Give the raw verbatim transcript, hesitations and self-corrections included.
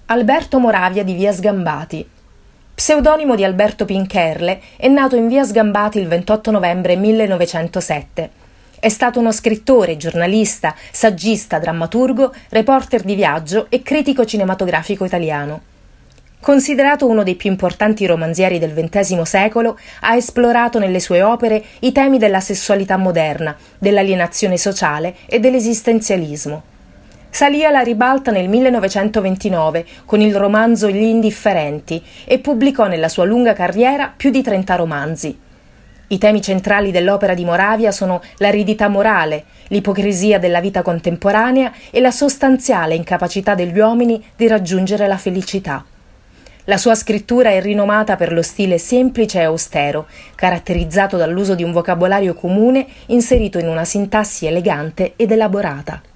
Alberto Moravia di via Sgambati. Pseudonimo di Alberto Pincherle, è nato in via Sgambati il ventotto novembre millenovecentosette. È stato uno scrittore, giornalista, saggista, drammaturgo, reporter di viaggio e critico cinematografico italiano. Considerato uno dei più importanti romanzieri del ventesimo secolo, ha esplorato nelle sue opere i temi della sessualità moderna, dell'alienazione sociale e dell'esistenzialismo. Salì alla ribalta nel millenovecentoventinove con il romanzo Gli indifferenti e pubblicò nella sua lunga carriera più di trenta romanzi. I temi centrali dell'opera di Moravia sono l'aridità morale, l'ipocrisia della vita contemporanea e la sostanziale incapacità degli uomini di raggiungere la felicità. La sua scrittura è rinomata per lo stile semplice e austero, caratterizzato dall'uso di un vocabolario comune inserito in una sintassi elegante ed elaborata.